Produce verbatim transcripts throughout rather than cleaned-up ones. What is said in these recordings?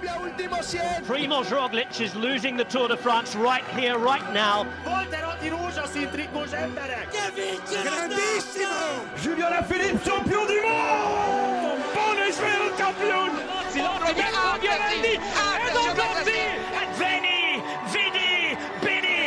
Primoz Roglic is losing the Tour de France right here, right now. Julien Alaphilippe, champion du monde! Buon Israel champion! Silence Vianelli, and Ogozzi, and Veni, Vidi, Bini.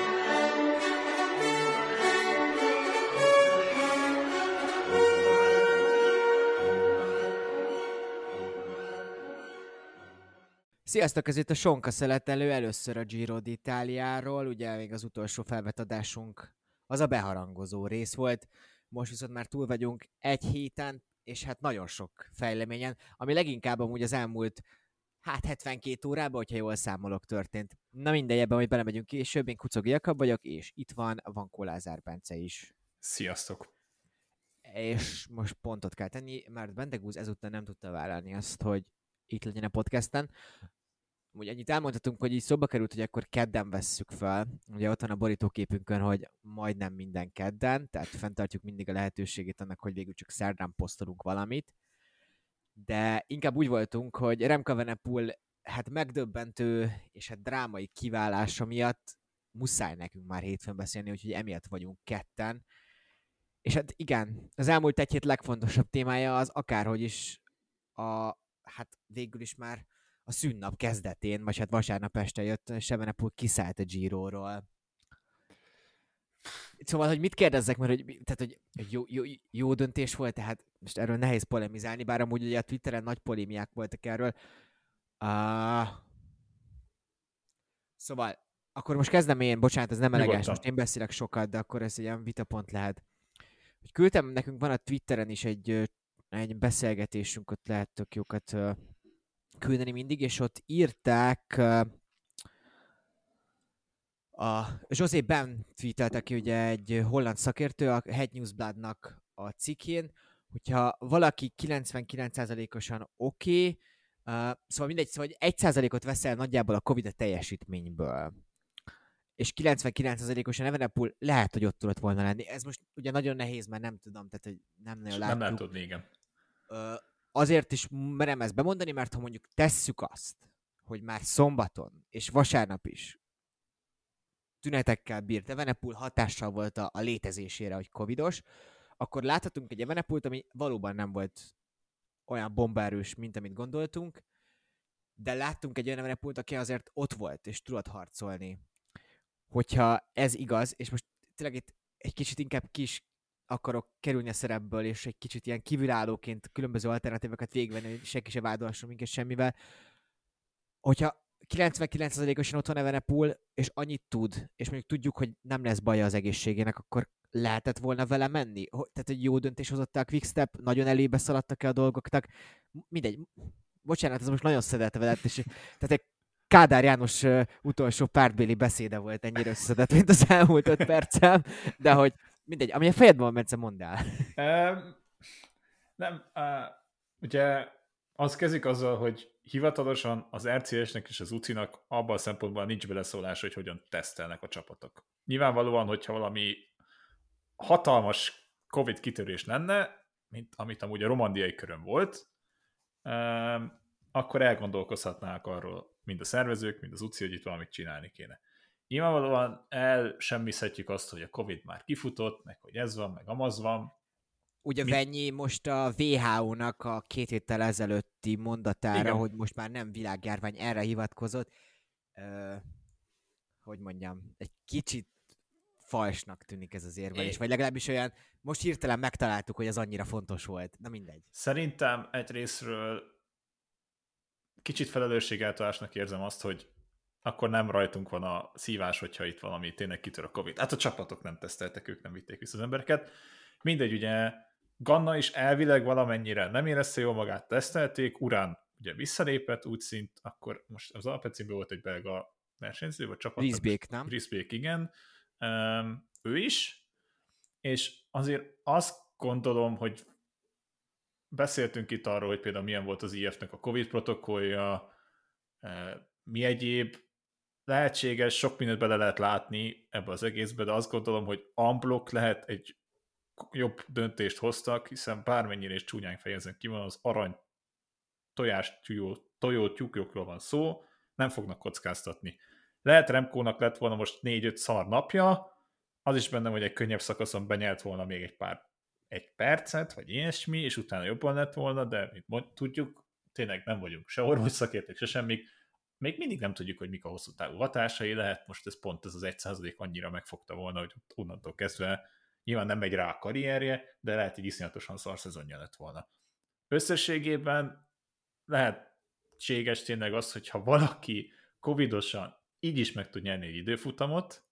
Sziasztok, ez itt a Sonka szeletelő, először a Giro d'Italiáról, ugye még az utolsó felvett adásunk az a beharangozó rész volt, most viszont már túl vagyunk egy héten, és hát nagyon sok fejleményen, ami leginkább amúgy az elmúlt hát hetvenkét órában, hogyha jól számolok, történt. Na mindegy, ebben, hogy belemegyünk később, én Kucogi Jakab vagyok, és itt van Vankó Lázár Bence is. Sziasztok! És most pontot kell tenni, mert Bendegúz ezúttal nem tudta vállalni azt, hogy itt legyen a podcasten. Úgy ennyit elmondhatunk, hogy így szóba került, hogy akkor kedden vesszük fel. Ugye ott van a borítóképünkön, hogy majdnem minden kedden, tehát fenntartjuk mindig a lehetőségét annak, hogy végül csak szerdán posztolunk valamit. De inkább úgy voltunk, hogy Remco Evenepoel hát megdöbbentő és hát drámai kiválása miatt muszáj nekünk már hétfőn beszélni, úgyhogy emiatt vagyunk ketten. És hát igen, az elmúlt egy hét legfontosabb témája az akárhogy is a, hát végül is már a szünnap kezdetén, vagy hát vasárnap este jött, és Evenepoel kiszállt a Giróról. Szóval, hogy mit kérdezzek, mert hogy, tehát, hogy jó, jó, jó döntés volt, tehát most erről nehéz polemizálni, bár amúgy ugye a Twitteren nagy polémiák voltak erről. Uh, szóval, akkor most kezdem én, bocsánat, ez nem elegáns, most én beszélek sokat, de akkor ez egy ilyen vitapont lehet. Hogy küldtem, nekünk van a Twitteren is egy, egy beszélgetésünk, ott lehet tök jókat uh, küldeni mindig, és ott írták, uh, a José Ben tweetelte ki ugye egy holland szakértő a Head Newsbladnak a cikkén, hogyha valaki kilencvenkilenc százalékosan oké, okay, uh, szóval mindegy, szóval egy százalékot veszel nagyjából a Covid a teljesítményből, és kilencvenkilenc százalékosan Evenepoel lehet, hogy ott tudott volna lenni. Ez most ugye nagyon nehéz, mert nem tudom, tehát hogy nem nagyon látjuk. Nem lehet tudni, igen. Uh, azért is merem ezt bemondani, mert ha mondjuk tesszük azt, hogy már szombaton és vasárnap is tünetekkel bírt Evenepoel, hatással volt a, a létezésére, hogy covidos, akkor láthatunk egy Evenepoelt, ami valóban nem volt olyan bombaerős, mint amit gondoltunk, de láttunk egy olyan Evenepoelt, aki azért ott volt, és tudott harcolni. Hogyha ez igaz, és most tényleg itt egy kicsit inkább kis akarok kerülni a szerepből, és egy kicsit ilyen kívülállóként különböző alternatívakat végigvenni, hogy senki se vádolhasson minket semmivel. Hogyha kilencvenkilenc százalékosan ott van Evenepoel, és annyit tud, és mondjuk tudjuk, hogy nem lesz baja az egészségének, akkor lehetett volna vele menni? Tehát egy jó döntés hozott a Quickstep, nagyon elébe szaladtak-e a dolgoknak? Mindegy, bocsánat, ez most nagyon szedeltve lett, és tehát egy Kádár János uh, utolsó pártbéli beszéde volt ennyire összedett, mint az elmúlt öt percem, de hogy mindegy, ami a fejedben van, Bence, mondd el. Um, nem, uh, ugye az kezdik azzal, hogy hivatalosan az er cé es-nek és az u cé i-nak abban a szempontból nincs beleszólás, hogy hogyan tesztelnek a csapatok. Nyilvánvalóan, hogyha valami hatalmas Covid kitörés lenne, mint amit amúgy a romandiai körön volt, um, akkor elgondolkozhatnák arról mind a szervezők, mind az u cé i, hogy itt valamit csinálni kéne. Nyilvánvalóan elsemmizhetjük azt, hogy a Covid már kifutott, meg hogy ez van, meg amaz van. Ugye Mi... Vennyi most a vé há ó-nak a két héttel ezelőtti mondatára, igen, hogy most már nem világjárvány, erre hivatkozott. Ö, hogy mondjam, egy kicsit falsnak tűnik ez az érvelés, é... vagy legalábbis olyan, most hirtelen megtaláltuk, hogy az annyira fontos volt. Na mindegy. Szerintem egy részről kicsit felelősségeltolásnak érzem azt, hogy akkor nem rajtunk van a szívás, hogyha itt valami tényleg kitör a Covid. Hát a csapatok nem teszteltek, ők nem vitték vissza az embereket. Mindegy, ugye Ganna is elvileg valamennyire nem érezte jól magát, tesztelték, Urán ugye visszalépett, úgy szint, akkor most az Alpecin volt egy belga versenyző, vagy csapat. Riesbeek, nem? Riesbeek, igen. Um, ő is, és azért azt gondolom, hogy beszéltünk itt arról, hogy például milyen volt az i ef-nek a Covid protokollja, mi egyéb lehetséges, sok mindent bele lehet látni ebbe az egészbe, de azt gondolom, hogy unblock lehet egy jobb döntést hoztak, hiszen bármennyire is csúnyán fejezzen ki, van az arany tojás tojó tyúkokról van szó, nem fognak kockáztatni. Lehet Remkónak lett volna most négy-öt szar napja, az is bennem, hogy egy könnyebb szakaszon benyelt volna még egy pár egy percet, vagy ilyesmi, és utána jobban lett volna, de mint tudjuk, tényleg nem vagyunk se orvos szakértők, se semmik, még mindig nem tudjuk, hogy mik a hosszú távú hatásai, lehet most ez pont ez az egy százalék annyira megfogta volna, hogy onnantól kezdve nyilván nem megy rá a karrierje, de lehet, hogy iszonyatosan szar szezonja lett volna. Összességében lehetséges tényleg az, hogyha valaki covidosan így is meg tud nyerni egy időfutamot,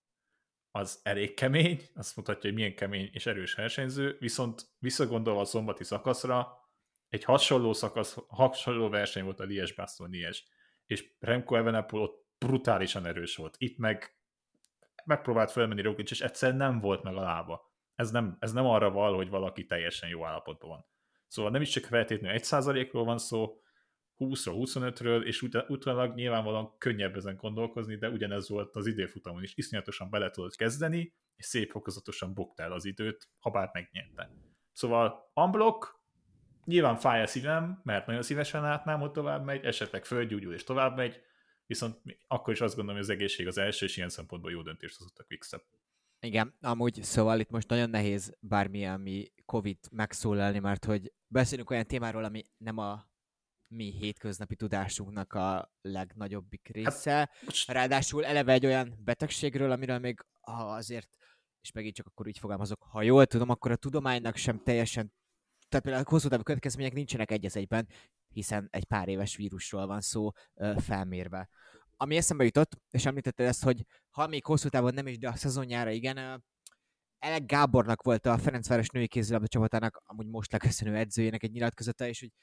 az elég kemény, azt mutatja, hogy milyen kemény és erős versenyző, viszont visszagondolva a szombati szakaszra, egy hasonló szakasz, hasonló verseny volt a Liège-Bastogne-Liège, és Remco Evenepoel ott brutálisan erős volt. Itt meg megpróbált felmenni Roglic, és egyszerűen nem volt meg a lába. Ez nem, ez nem arra val, hogy valaki teljesen jó állapotban van. Szóval nem is csak feltétlenül egy százalékról van szó, húszról, huszonötről, és ut- utána nyilvánvalóan könnyebb ezen gondolkozni, de ugyanez volt az időfutamon is. Iszonyatosan bele tudott kezdeni, és szép fokozatosan boktál az időt, ha bár megnyerte. Szóval unblock, nyilván fáj a szívem, mert nagyon szívesen látnám, hogy tovább megy, esetleg földgyúgyul és tovább megy, viszont akkor is azt gondolom, hogy az egészség az első, és ilyen szempontból jó döntést hozott a Quickstep. Igen, amúgy szóval itt most nagyon nehéz bármilyen mi Covid megszólalni, mert hogy beszélünk olyan témáról, ami nem a mi hétköznapi tudásunknak a legnagyobbik része. Hát, ráadásul eleve egy olyan betegségről, amiről még ha azért, és megint csak akkor így fogalmazok, ha jól tudom, akkor a tudománynak sem teljesen, tehát például a hosszú távú következmények nincsenek egy az egyben, hiszen egy pár éves vírusról van szó ö, felmérve. Ami eszembe jutott, és említetted ezt, hogy ha még hosszú távon nem is, de a szezonjára igen, Elek Gábornak volt a Ferencváros női kézilabda csapatának, amúgy most leköszönő edzőjének egy nyilatkozata, és hogy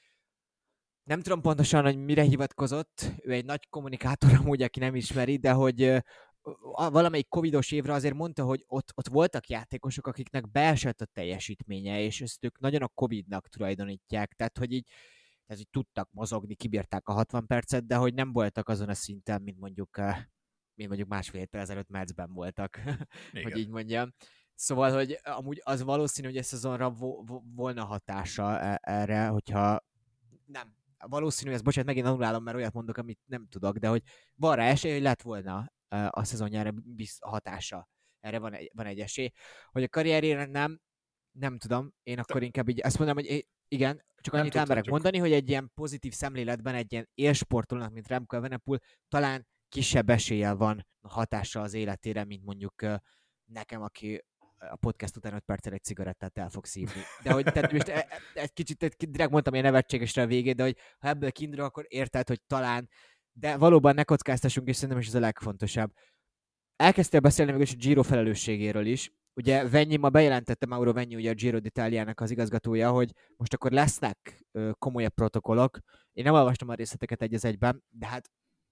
nem tudom pontosan, hogy mire hivatkozott, ő egy nagy kommunikátor amúgy, aki nem ismeri, de hogy valamelyik covidos évre azért mondta, hogy ott, ott voltak játékosok, akiknek beesett a teljesítménye, és ezt ők nagyon a Covidnak tulajdonítják, tehát hogy így, tehát, hogy tudtak mozogni, kibírták a hatvan percet, de hogy nem voltak azon a szinten, mint mondjuk, mint mondjuk másfél héttel ezelőtt Metszben voltak, hogy így mondjam. Szóval, hogy amúgy az valószínű, hogy a szezonra vo- vo- volna hatása erre, hogyha nem, valószínű, ez bocsánat, megint annulálom, mert olyat mondok, amit nem tudok, de hogy van rá esély, hogy lett volna a szezonjára bizt hatása. Erre van egy, van egy esély. Hogy a karrierjére nem, nem tudom, én akkor inkább így azt mondom, hogy igen, csak annyit elmerek mondani, hogy egy ilyen pozitív szemléletben egy ilyen élsportolónak, mint Remco Evenepoel, talán kisebb eséllyel van hatással az életére, mint mondjuk nekem, aki a podcast után öt perccel egy cigarettát el fog szívni. De hogy tehát most egy kicsit, direkt mondtam ilyen nevetségesre a végét, de hogy ha ebből kiindul, akkor érted, hogy talán, de valóban ne kockáztassunk, és szerintem is ez a legfontosabb. Elkezdtél beszélni még is a Giro felelősségéről is. Ugye Venyi ma bejelentette, Mauro Venyi, ugye a Giro d'Italiának az igazgatója, hogy most akkor lesznek ö, komolyabb protokollok. Én nem olvastam a részleteket egy az egyben, de hát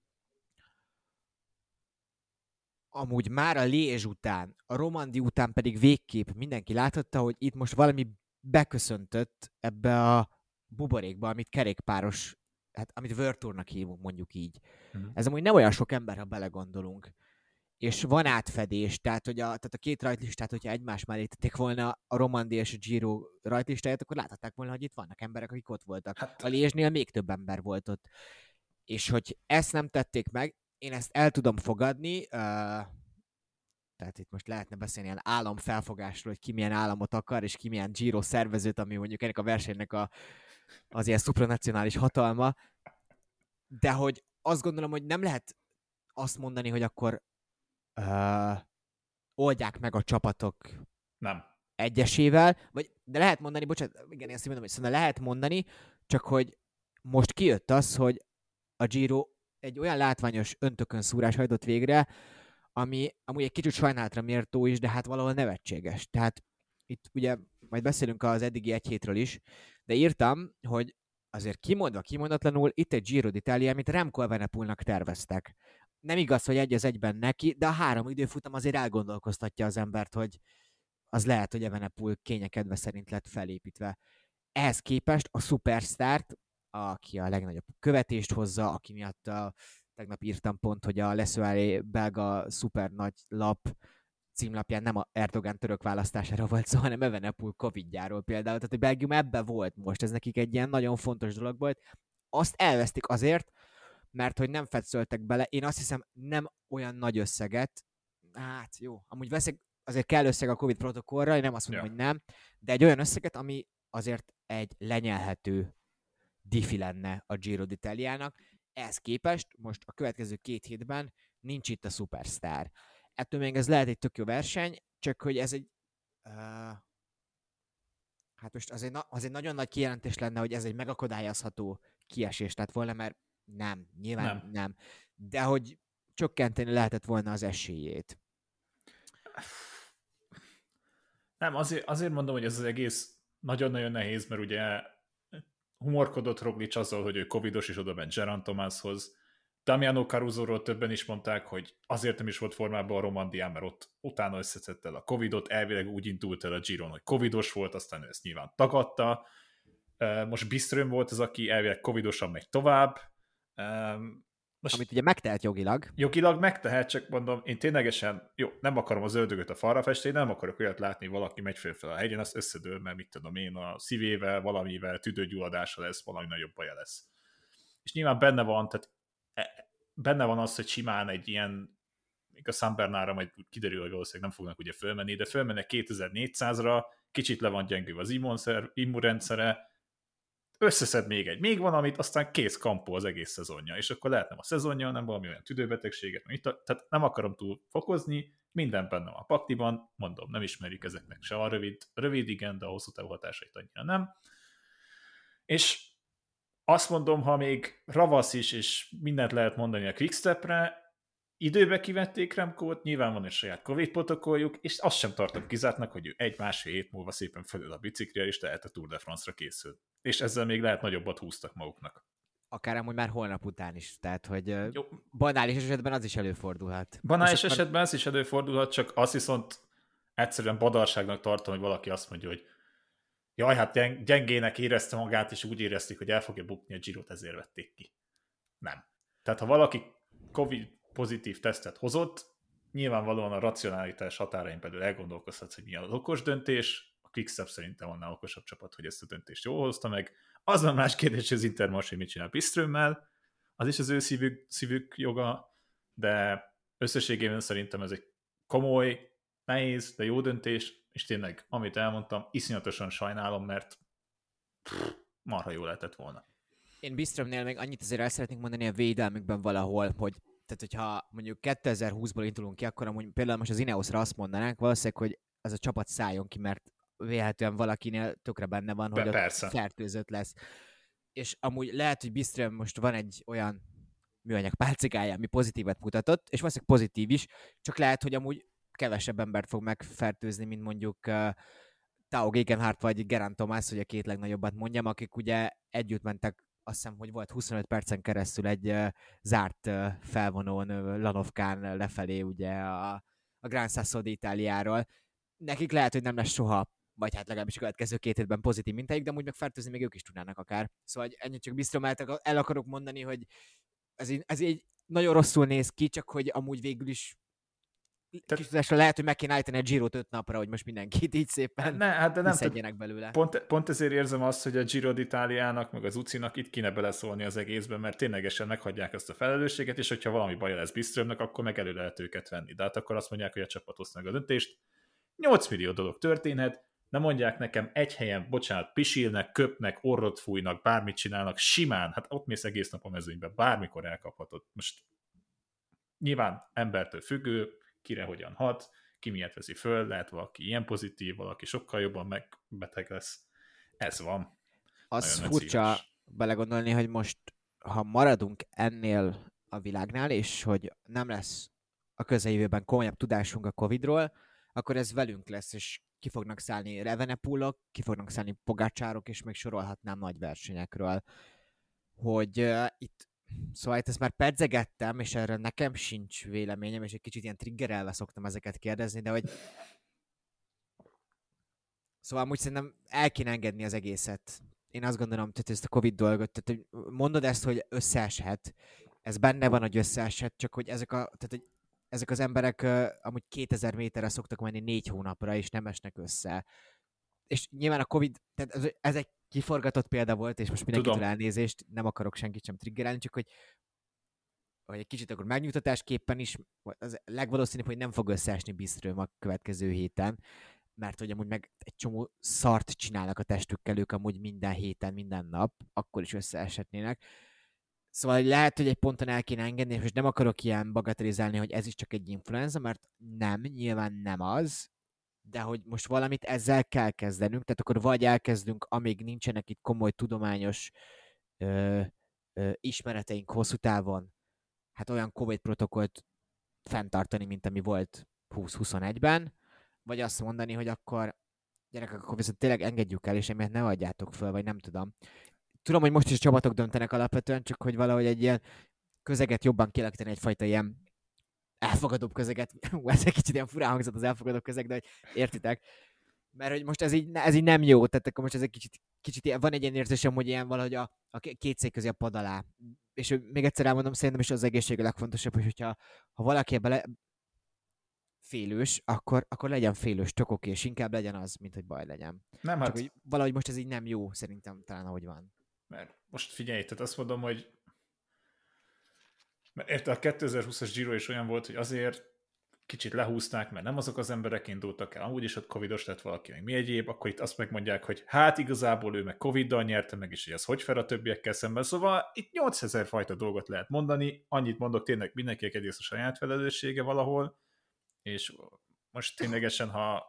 amúgy már a Liège után, a Romandie után pedig végképp mindenki láthatta, hogy itt most valami beköszöntött ebbe a buborékba, amit kerékpáros, hát amit World Tournak hívunk, mondjuk így. Mm. Ez amúgy nem olyan sok ember, ha belegondolunk. És van átfedés, tehát, hogy a, tehát a két rajtlistát, hogyha egymás mellé tették volna a Romandie és a Giro rajtlistáját, akkor láthatták volna, hogy itt vannak emberek, akik ott voltak. Hát... A Liège-nél még több ember volt ott. És hogy ezt nem tették meg, én ezt el tudom fogadni, uh, tehát itt most lehetne beszélni ilyen államfelfogásról, hogy ki milyen államot akar, és ki milyen Giro szervezőt, ami mondjuk ennek a versenynek a, az ilyen szupranacionális hatalma, de hogy azt gondolom, hogy nem lehet azt mondani, hogy akkor uh, oldják meg a csapatok nem. egyesével, vagy, de lehet mondani, bocsánat, igen, én azt mondom, hogy szóval lehet mondani, csak hogy most kijött az, hogy a Giro egy olyan látványos öntökön szúrás hajtott végre, ami amúgy egy kicsit sajnálatra méltó is, de hát valahol nevetséges. Tehát itt ugye majd beszélünk az eddigi egy hétről is, de írtam, hogy azért kimondva, kimondatlanul itt egy Giro d'Italia, amit Remco Evenepoelnak terveztek. Nem igaz, hogy egy az egyben neki, de a három időfutam azért elgondolkoztatja az embert, hogy az lehet, hogy Evenepoel kényekedve szerint lett felépítve. Ehhez képest a szupersztárt, aki a legnagyobb követést hozza, aki miatt a, tegnap írtam pont, hogy a L'Esoirée belga szuper nagy lap címlapján nem a Erdogan török választására volt szó, hanem Evenepoel Covidjáról például. Tehát a Belgium ebbe volt most, ez nekik egy ilyen nagyon fontos dolog volt. azt elvesztik azért, mert hogy nem fetszöltek bele. Én azt hiszem, nem olyan nagy összeget, hát jó, amúgy veszek, azért kell összeg a Covid protokollra, én nem azt mondom, Ja. hogy nem, de egy olyan összeget, ami azért egy lenyelhető diffi lenne a Giro d'Italiának. Ehhez képest most a következő két hétben nincs itt a szupersztár. Ettől még ez lehet egy tök jó verseny, csak hogy ez egy uh, hát most az egy, na- az egy nagyon nagy kijelentés lenne, hogy ez egy megakadályozható kiesés lett volna, mert nem, nyilván nem. nem. De hogy csökkenteni lehetett volna az esélyét. Nem, azért, azért mondom, hogy ez az egész nagyon-nagyon nehéz, mert ugye humorkodott Roglic azzal, hogy ő covidos, és oda ment Geraint Thomashoz. Damiano Caruso-ról többen is mondták, hogy azért nem is volt formában a Romandián, mert ott utána összeszedte el a covidot, elvileg úgy indult el a Giron, hogy covidos volt, aztán ő ezt nyilván tagadta. Most Biström volt az, aki elvileg covidosan megy tovább. Most amit ugye megtehet jogilag. Jogilag megtehet, csak mondom, én ténylegesen, jó, nem akarom az ördögöt a falra festeni, nem akarok olyat látni, valaki megy fölfel a hegyen, azt összedől, mert mit tudom én, a szívével, valamivel, tüdőgyulladása lesz, valami nagyobb baja lesz. És nyilván benne van, tehát benne van az, hogy simán egy ilyen, még a San Bernardra majd kiderül, hogy valószínűleg nem fognak ugye fölmenni, de fölmennek kétezer-négyszázra, kicsit le van gyengülve az immunrendszere, összeszed még egy, még van, amit aztán kész kampó az egész szezonja, és akkor lehet nem a szezonja, nem valami olyan tüdőbetegséget, tehát nem akarom túl fokozni, minden benne van a pakliban, mondom, nem ismerik ezeknek se a rövid, rövid igen, de a hosszú távú hatásait annyira nem. És azt mondom, ha még ravasz is, és mindent lehet mondani a Quickstepre, időbe kivették Remkót, nyilván van egy saját Covid protokolljuk, és azt sem tartom kizártnak, hogy ő egy-másfél hét múlva szépen felül a biciklire, és lehet a Tour de France-ra készül. És ezzel még lehet nagyobbat húztak maguknak. Akár amúgy már holnap után is, tehát hogy Jó. banális esetben az is előfordulhat. Banális esetben ez is előfordulhat, csak azt viszont egyszerűen badarságnak tartom, hogy valaki azt mondja, hogy jaj, hát gyengének érezte magát, és úgy érezték, hogy el fogja bukni a Girot, ezért vették ki. Nem. Tehát ha valaki Covid pozitív tesztet hozott, nyilvánvalóan a racionalitás határain belül elgondolkozhatsz, hogy mi az okos döntés. A Quickstep szerintem annál okosabb csapat, hogy ezt a döntést jól hozta meg. Az a más kérdés, hogy az Intermarché mit csinál Biströmmel, az is az ő szívük, szívük joga, de összességében szerintem ez egy komoly, nehéz, de jó döntés, és tényleg, amit elmondtam, iszonyatosan sajnálom, mert pff, marha jó lehetett volna. Én Biströmnél még annyit azért el szeretnék mondani a védelmükben valahol, hogy tehát, hogyha mondjuk kétezer-húszból indulunk ki, akkor amúgy például most az Ineosra azt mondanánk valószínűleg, hogy ez a csapat szálljon ki, mert véletlenül valakinél tökre benne van, hogy Be, ott fertőzött lesz. És amúgy lehet, hogy Biström most van egy olyan műanyag pálcikája, ami pozitívat mutatott, és valószínűleg pozitív is, csak lehet, hogy amúgy kevesebb embert fog megfertőzni, mint mondjuk uh, Tao Gegenhardt vagy Geraint Thomas, hogy a két legnagyobbat mondjam, akik ugye együtt mentek, azt hiszem, hogy volt huszonöt percen keresztül egy uh, zárt uh, felvonón uh, Lanovkán lefelé ugye a, a Gran Sasso d'Italiáról. Nekik lehet, hogy nem lesz soha, vagy hát legalábbis a következő két hétben pozitív mintájuk, de amúgy megfertőzni még ők is tudnának akár. Szóval ennyit csak biztosan el akarok mondani, hogy ez így, ez így nagyon rosszul néz ki, csak hogy amúgy végül is kis tudásra lehet, hogy meg kéne állítani a Girot öt napra, hogy most mindenkit így szépen ne, hát de nem szedjenek belőle. Pont, pont ezért érzem azt, hogy a Giro d'Italiának, meg az Ucinak itt kéne beleszólni az egészben, mert ténylegesen meghagyják azt a felelősséget, és hogyha valami baja lesz Biströmnek, akkor meg elő lehet őket venni. De hát akkor azt mondják, hogy a csapat hozta meg a döntést. nyolc millió dolog történhet, nem mondják nekem egy helyen, bocsánat, pisilnek, köpnek, orrot fújnak, bármit csinálnak, simán, hát ott mész egész nap a mezőnybe, bármikor elkaphatod. Most nyilván embertől függő, kire hogyan hat, ki miért veszi föl, lehet valaki ilyen pozitív, valaki sokkal jobban megbeteg lesz. Ez van. Az nagyon furcsa belegondolni, hogy most, ha maradunk ennél a világnál, és hogy nem lesz a közeljövőben komolyabb tudásunk a Covidról, akkor ez velünk lesz, és ki fognak szállni Evenepoelok, ki fognak szállni Pogačarok, és még sorolhatnám nagy versenyekről. Hogy uh, itt Szóval itt ezt már pedzegettem, és erről nekem sincs véleményem, és egy kicsit ilyen triggerelve szoktam ezeket kérdezni, de hogy szóval amúgy szerintem el kéne engedni az egészet. Én azt gondolom, hogy ezt a Covid dolgot, tehát hogy mondod ezt, hogy összeeshet, ez benne van, hogy összeeshet, csak hogy ezek, a, tehát, hogy ezek az emberek uh, amúgy kétezer méterre szoktak menni négy hónapra, és nem esnek össze. És nyilván a Covid, tehát ez, ez egy kiforgatott példa volt, és most mindenkitől Tudom. elnézést, nem akarok senkit sem triggerelni, csak hogy, hogy egy kicsit akkor megnyugtatásképpen is, az legvalószínűbb, hogy nem fog összeesni Biström a következő héten, mert hogy amúgy meg egy csomó szart csinálnak a testükkel ők amúgy minden héten, minden nap, akkor is összeeshetnének. Szóval lehet, hogy egy ponton el kéne engedni, és most nem akarok ilyen bagatelizálni, hogy ez is csak egy influenza, mert nem, nyilván nem az, de hogy most valamit ezzel kell kezdenünk, tehát akkor vagy elkezdünk, amíg nincsenek itt komoly tudományos ö, ö, ismereteink hosszú távon, hát olyan Covid protokollt fenntartani, mint ami volt húsz-huszonegyben, vagy azt mondani, hogy akkor gyerekek, akkor viszont tényleg engedjük el, és emiatt ne adjátok föl, vagy nem tudom. Tudom, hogy most is a csapatok döntenek alapvetően, csak hogy valahogy egy ilyen közeget jobban kialakítani, egyfajta ilyen elfogadóbb közeget. Hú, ez egy kicsit ilyen furán hangzott az elfogadó közeg, de hogy értitek. Mert hogy most ez így, ez így nem jó, tehát akkor most ez egy kicsit, kicsit ilyen, van egy ilyen érzésem, hogy ilyen valahogy a, a két szék közé a pad alá. És még egyszer elmondom, szerintem is az egészség a legfontosabb, hogy hogyha ha valaki ebbe le, félős, akkor, akkor legyen félős, tök oké, és inkább legyen az, mint hogy baj legyen. Nem, Csak hát... hogy valahogy most ez így nem jó, szerintem talán ahogy van. Mert most figyelj, tehát azt mondom, hogy mert érte a kétezer-húszas Giro is olyan volt, hogy azért kicsit lehúzták, mert nem azok az emberek indultak el, amúgy is ott covidos lett valaki, meg mi egyéb, akkor itt azt megmondják, hogy hát igazából ő meg coviddal nyerte meg, és hogy ez hogy fel a többiekkel szemben. Szóval itt nyolcezer fajta dolgot lehet mondani, annyit mondok tényleg mindenkinek egyrészt a saját felelőssége valahol, és most ténylegesen, ha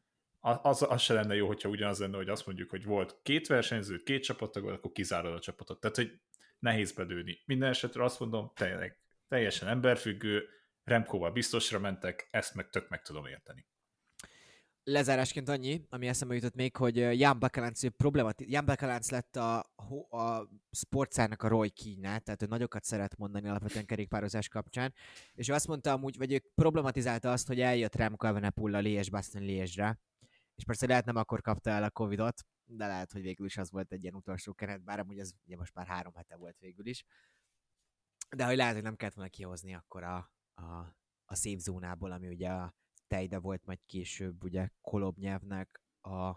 az, az se lenne jó, hogyha ugyanaz lenne, hogy azt mondjuk, hogy volt két versenyző, két csapattag, akkor kizárod a csapatot. Tehát, hogy nehéz bedőni. Minden esetre azt mondom, tényleg teljesen emberfüggő, Remkóval biztosra mentek, ezt meg tök meg tudom érteni. Lezárásként annyi, ami eszembe jutott még, hogy Jan Bakelánc problemati- Jan Bakelánc lett a, a sportszárnak a Roy Keane, tehát ő nagyokat szeret mondani alapvetően kerékpározás kapcsán, és ő azt mondta amúgy, vagy ő problematizálta azt, hogy eljött Remco Evenepoel a Liège-Bastogne-Liège-re, és persze lehet nem akkor kapta el a Covidot, de lehet, hogy végül is az volt egy ilyen utolsó keret, bár amúgy ez ugye most már három hete volt végül is. De hogy lehet, hogy nem kellett volna kihozni akkor a, a, a szép zónából, ami ugye a Tejde volt, majd később ugye Kolobnyevnek a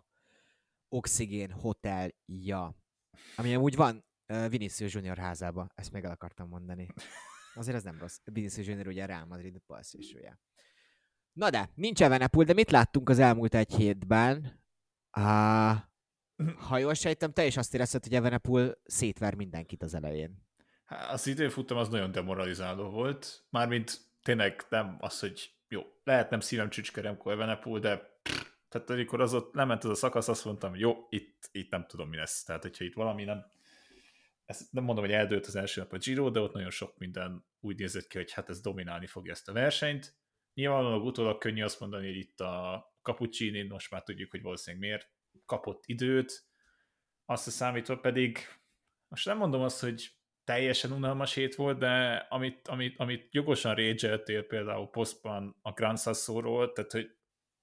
Oxigén hotelja, ami amúgy van uh, Vinicius Junior házában, ezt még el akartam mondani. Azért ez nem rossz. Vinicius Junior ugye a Real Madrid balszélsője. Na de, nincs Evenepoel, de mit láttunk az elmúlt egy hétben? Uh, ha jól sejtem, te is azt érezted, hogy Evenepoel szétver mindenkit az elején. Az időfutam az nagyon demoralizáló volt. Mármint tényleg nem az, hogy jó, lehet nem szívem csücske Remco Evenepoel, de pff, tehát amikor az ott lement az a szakasz, azt mondtam, hogy jó, itt, itt nem tudom, mi lesz. Tehát, hogyha itt valami nem, ezt nem mondom, hogy eldőlt az első nap a Giro, de ott nagyon sok minden úgy nézett ki, hogy hát ez dominálni fogja ezt a versenyt. Nyilvánvalóan utólag könnyű azt mondani, hogy itt a Cappuccini, most már tudjuk, hogy valószínűleg miért kapott időt, azt a számítva pedig, most nem mondom azt, hogy teljesen unalmas hét volt, de amit, amit, amit jogosan rage-eltél például posztban a Gran Sassóról, tehát hogy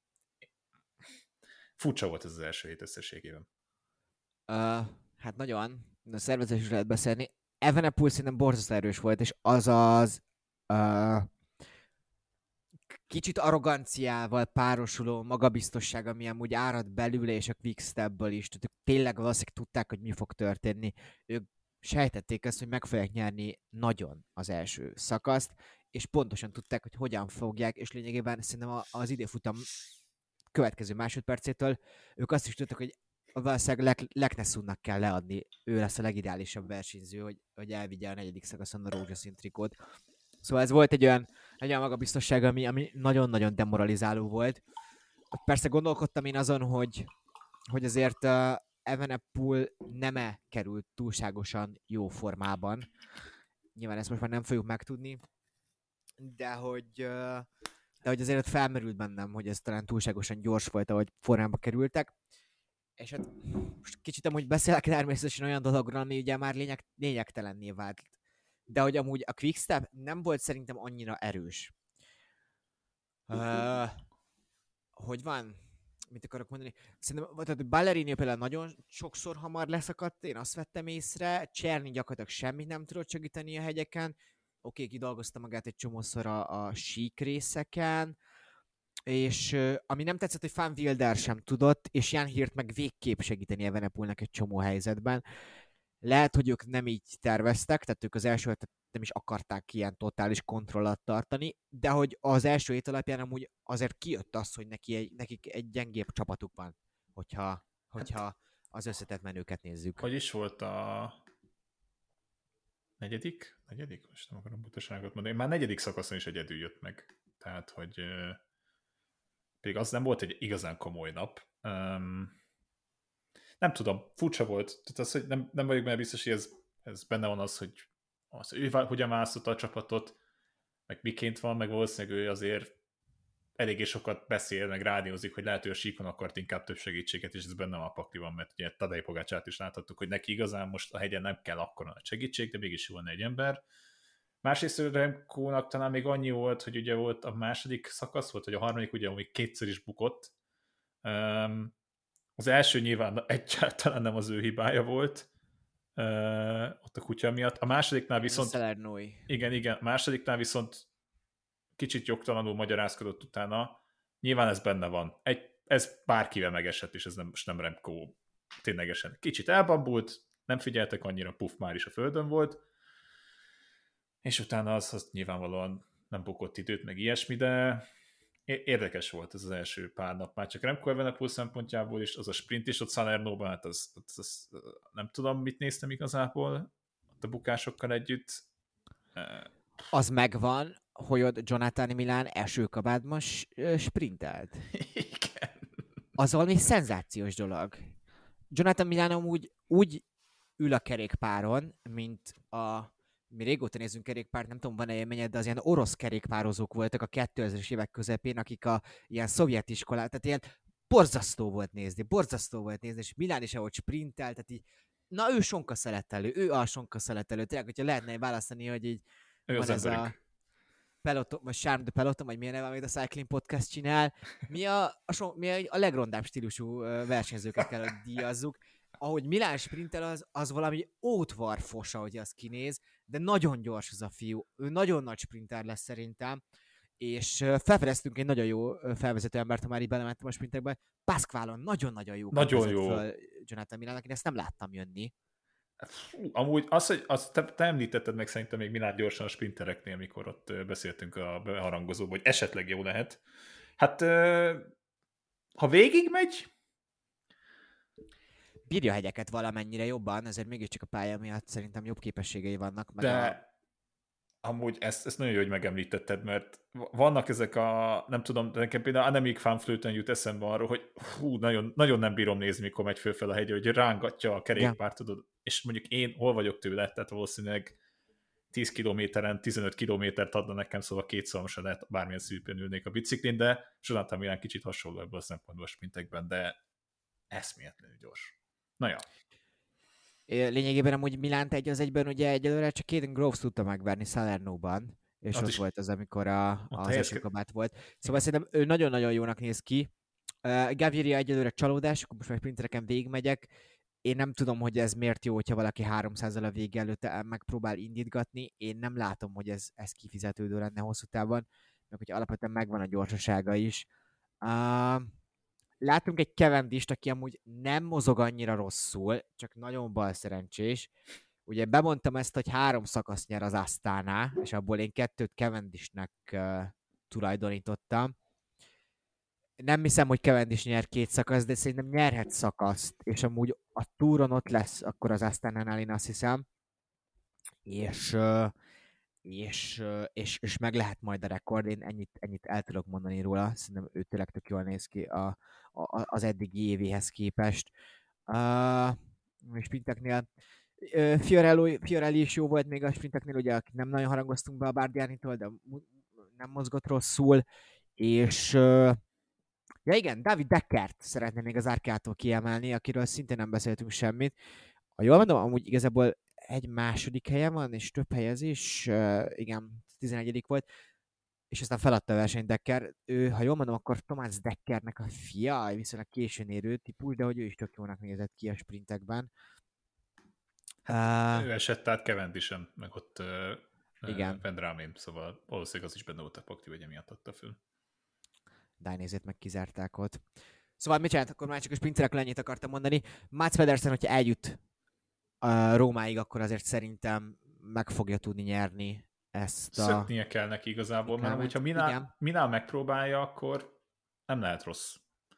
furcsa volt ez az első hét összességében. Uh, hát nagyon, a szervezés is lehet beszélni. Evenepoel szerintem borzasztó erős volt, és az az uh, kicsit arroganciával párosuló magabiztosság, ami amúgy árad belőle, és a Quickstepből is. Tehát ők tényleg valószínűleg tudták, hogy mi fog történni. Ők sejtették ezt, hogy meg fogják nyerni nagyon az első szakaszt, és pontosan tudták, hogy hogyan fogják, és lényegében szerintem az időfutam következő másodpercétől ők azt is tudtak, hogy valószínűleg Leknessunnak kell leadni, ő lesz a legideálisabb versenyző, hogy, hogy elvigye a negyedik szakaszon a rózsaszín trikót. Szóval ez volt egy olyan, egy olyan magabiztosság, ami, ami nagyon-nagyon demoralizáló volt. Persze gondolkodtam én azon, hogy, hogy azért uh, Evenepoel nem-e került túlságosan jó formában. Nyilván ezt most már nem fogjuk megtudni, de hogy, uh, de hogy azért felmerült bennem, hogy ez talán túlságosan gyors volt, ahogy formába kerültek. És hát most kicsit amúgy beszélek természetesen olyan dologról, ami ugye már lényeg, lényegtelenné vált. De hogy amúgy a Quickstep nem volt szerintem annyira erős. Uh, hogy van? Mit akarok mondani? Szerintem tehát Ballerini például nagyon sokszor hamar leszakadt, én azt vettem észre. Cserny gyakorlatilag semmit nem tudott segíteni a hegyeken. Oké, okay, kidolgozta magát egy csomószor a, a sík részeken. és uh, ami nem tetszett, hogy Van Wilder sem tudott, és Jan Hirt meg végképp segíteni Evenepoelnek egy csomó helyzetben. Lehet, hogy ők nem így terveztek, tehát ők az első hetet nem is akarták ilyen totális kontrollat tartani, de hogy az első hét alapján amúgy azért kijött az, hogy neki egy, nekik egy gyengébb csapatuk van, hogyha, hogyha hát, az összetett menőket nézzük. Hogy is volt a negyedik? Negyedik? Most nem akarom butaságot mondani. Már negyedik szakaszon is egyedül jött meg. Tehát, hogy pedig az nem volt egy igazán komoly nap. Um, nem tudom, furcsa volt. Tehát az, hogy nem, nem vagyok benne biztos, hogy ez, ez benne van az, hogy az, ő hogyan választotta a csapatot, meg miként van, meg valószínűleg ő azért eléggé sokat beszél, meg rádiózik, hogy lehet, hogy a síkon akart inkább több segítséget, és ez benne a pakliban, mert ugye Tadej Pogácsát is láthattuk, hogy neki igazán most a hegyen nem kell akkora nagy segítség, de mégis jó egy ember. Másrészt Remkónak talán még annyi volt, hogy ugye volt a második szakasz, volt, hogy a harmadik ugye még kétszer is bukott. Um, az első nyilván egyáltalán nem az ő hibája volt, uh, ott a kutya miatt. A másodiknál viszont... Igen, igen, a másodiknál viszont kicsit jogtalanul magyarázkodott utána. Nyilván ez benne van. Egy, ez bárkivel megesett, és ez nem, most nem Remco ténylegesen. Kicsit elbambult, nem figyeltek annyira, puff, már is a földön volt, és utána az, az nyilvánvalóan nem bukott időt, meg ilyesmi, de érdekes volt ez az első pár nap. Már csak Remco Evenepoel szempontjából is, az a sprint is ott Salernóban, hát az, az, az, nem tudom, mit néztem igazából ott a bukásokkal együtt. Az megvan, hogy ott Jonathan Milán első kabátban sprintelt. Igen. Az valami szenzációs dolog. Jonathan Milán amúgy úgy ül a kerékpáron, mint a... Mi régóta nézzünk kerékpárt, nem tudom, van-e élményed, de az ilyen orosz kerékpározók voltak a kétezres évek közepén, akik a ilyen szovjet iskolák, tehát ilyen borzasztó volt nézni, borzasztó volt nézni, és Milán is ahogy sprintelt, tehát így, na ő sonka szeletelő, ő a sonka szeletelő, tényleg, hogyha lehetne választani, hogy így ő van az ez emberük. a Peloton, vagy Charm de Peloton, vagy milyen neve, amit a Cycling Podcast csinál, mi a, a, mi a, a legrondább stílusú versenyzőket kell, hogy díjazzuk. Ahogy Milán sprintel, az, az valami ótvarfos, ahogy az kinéz, de nagyon gyors az a fiú. Ő nagyon nagy sprinter lesz szerintem, és felfedeztünk egy nagyon jó felvezető embert, ha már így belementem a sprintekbe. Pasqualon nagyon-nagyon jó. Nagyon jó. Föl Jonathan Milánnak, én ezt nem láttam jönni. Fú, amúgy az, hogy azt te, te említetted meg szerintem még Milán gyorsan a sprintereknél, amikor ott beszéltünk a beharangozóban, hogy esetleg jó lehet. Hát, ha végig megy, bírja a hegyeket valamennyire jobban, ezért mégiscsak a pálya miatt szerintem jobb képességei vannak. Meg de a... amúgy ezt, ezt nagyon jó, hogy megemlítetted, mert vannak ezek a, nem tudom, de nekem például Annemiek van Vleuten jut eszembe arról, hogy hú, nagyon, nagyon nem bírom nézni, mikor megy fölfel a hegy, hogy rángatja a kerékpárt, ja. Tudod, és mondjuk én hol vagyok tőle, tehát valószínűleg tíz kilométeren, tizenöt kilométert adna nekem, szóval kétszorosan lehet bármilyen szűpen ülnék a biciklin, de Jonathan Milán kicsit hasonló ebből a szempontból a sprintekben, de eszméletlenül gyors. Na ja. Lényegében amúgy Milánt egy az egyben ugye egyelőre csak Caden Groves tudta megverni Salernóban, és az ott is... volt az, amikor a, az első kabát volt. Szóval igen. Szerintem ő nagyon-nagyon jónak néz ki. Uh, Gaviria egyelőre csalódás, akkor most már sprintereken végigmegyek. Én nem tudom, hogy ez miért jó, hogyha valaki háromszázzal a vége előtt megpróbál indítgatni. Én nem látom, hogy ez, ez kifizetődő lenne hosszú távon, meg hogy alapvetően megvan a gyorsasága is. Uh, Látunk egy Cavendist, aki amúgy nem mozog annyira rosszul, csak nagyon balszerencsés. Ugye bemondtam ezt, hogy három szakasz nyer az Astana, és abból én kettőt Cavendisnek uh, tulajdonítottam. Nem hiszem, hogy Cavendish nyer két szakasz, de szerintem nyerhet szakaszt, és amúgy a túron ott lesz akkor az Astana-nál, én azt hiszem. És, uh, és, uh, és, és meg lehet majd a rekord, én ennyit, ennyit el tudok mondani róla, szerintem ő tényleg tök jól néz ki a az eddigi évéhez képest. Uh, sprinteknél uh, Fiorello, Fiorelli is jó volt még a sprinteknél, ugye akik nem nagyon harangoztunk be a Bardianitól, de nem mozgott rosszul, és uh, ja igen, David Deckert szeretném még az Arkától kiemelni, akiről szintén nem beszéltünk semmit. Ha jól mondom, amúgy igazából egy második helye van, és több helyezés, uh, igen, tizenegyedik volt, és aztán feladta a versenyt Decker. Ő, ha jól mondom, akkor Thomas Deckernek a fia, viszonylag későn érő típus, de hogy ő is tök jónak nézett ki a sprintekben. Hát, uh, ő esett át Cavendishen, meg ott uh, igen. Vendramén, szóval valószínűleg az is benne volt a pakti, hogy emiatt adta föl. Dainézét meg kizárták ott. Szóval mit csinált? Akkor már csak a sprinterekről ennyit akartam mondani. Mats Pedersen, hogyha eljut a Rómáig, akkor azért szerintem meg fogja tudni nyerni ezt a... Szöknie kell neki igazából, mert Kell, hogyha Minál, Minál megpróbálja, akkor nem lehet rossz.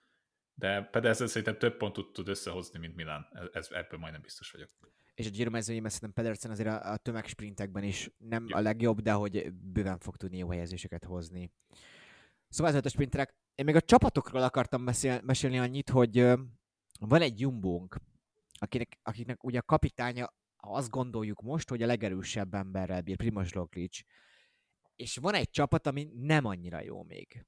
De Pedersen szerintem több pontot tud összehozni, mint Milán. Ez, ebből majdnem biztos vagyok. És a Giro mezőnyében szerintem Pedersen azért a, a tömegsprintekben is nem Jó. a legjobb, de hogy bőven fog tudni jó helyezéseket hozni. Szóval ez a sprinterek. Én még a csapatokról akartam beszél, mesélni annyit, hogy ö, van egy jumbónk, akinek, akiknek ugye a kapitánya, azt gondoljuk most, hogy a legerősebb emberrel bír, Primož Roglič. És van egy csapat, ami nem annyira jó még.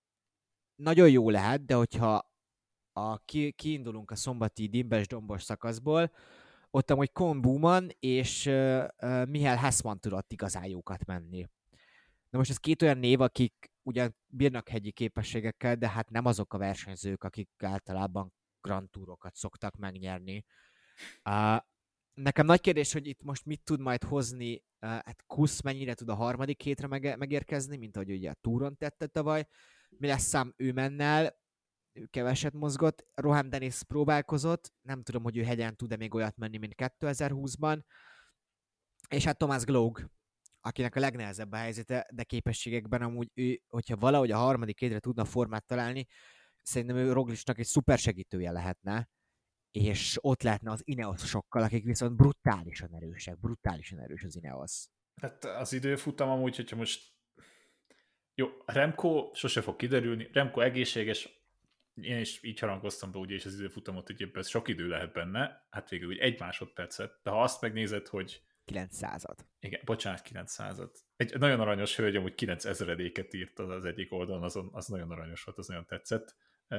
Nagyon jó lehet, de hogyha a, ki, kiindulunk a szombati Dimbes-Dombos szakaszból, ott amúgy Koen Bouwman és uh, uh, Michael Hessmann tudott igazán jókat menni. Na most ez két olyan név, akik ugyan bírnak hegyi képességekkel, de hát nem azok a versenyzők, akik általában Grand Tourokat szoktak megnyerni. Uh, nekem nagy kérdés, hogy itt most mit tud majd hozni, uh, hát Kusz mennyire tud a harmadik hétre meg- megérkezni, mint ahogy ugye a Touron tette tavaly. Mi lesz Sam Őmennel? Ő keveset mozgott. Rohan Dennis próbálkozott. Nem tudom, hogy ő hegyen tud-e még olyat menni, mint kétezer-húszban. És hát Thomas Gloag, akinek a legnehezebb a helyzete, de képességekben amúgy ő, hogyha valahogy a harmadik hétre tudna formát találni, szerintem ő Rogličnak egy szuper segítője lehetne, és ott lehetne az Ineos-sokkal, akik viszont brutálisan erősek, brutálisan erős az Ineos. Hát az időfutam amúgy, hogyha most jó, Remco sose fog kiderülni, Remco egészséges, én is így harangoztam be ugye is az időfutamot, hogy ebben sok idő lehet benne, hát végül úgy egy másodpercet, de ha azt megnézed, hogy kilencszázad. Igen, bocsánat, kilencszázad. Egy nagyon aranyos hölgy, amúgy kilencezredéket írt az egyik oldalon, azon, az nagyon aranyos volt, az nagyon tetszett.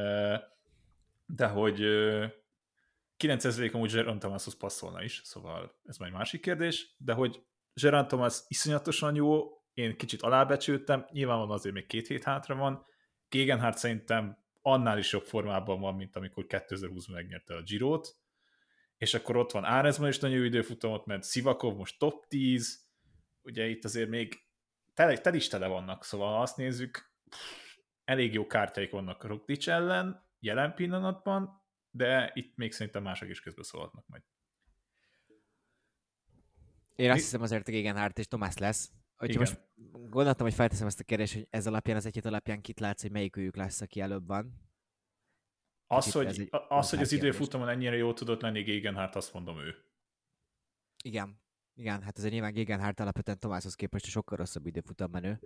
De hogy kilencezredék amúgy Geraint Thomashoz passzolna is, szóval ez már egy másik kérdés, de hogy Geraint Thomas iszonyatosan jó, én kicsit alábecsültem, nyilvánvalóan azért még két hét hátra van, Gegenhardt szerintem annál is jobb formában van, mint amikor kétezer-húszban megnyerte a Girót, és akkor ott van Arensman is nagyon jó időfutamot, mert Sivakov most top tíz, ugye itt azért még tel, tel is tele vannak, szóval ha azt nézzük, elég jó kártyáik vannak a Roglič ellen, jelen pillanatban, de itt még szerintem mások is közbeszólhatnak majd. Én azt Mi? hiszem azért a Gegenhardt és Tomás lesz. Hogyha most gondoltam, hogy felteszem ezt a kérdést, hogy ez alapján, az egy alapján kit látsz, hogy melyikőjük lesz, aki előbb van. Az, hogy, egy, az, hogy az időfutamon ennyire jól tudott lenni Gegenhardt, azt mondom ő. Igen. Igen, hát azért nyilván Gegenhardt alapvetően Tomáshoz képest sokkal rosszabb időfutam menő.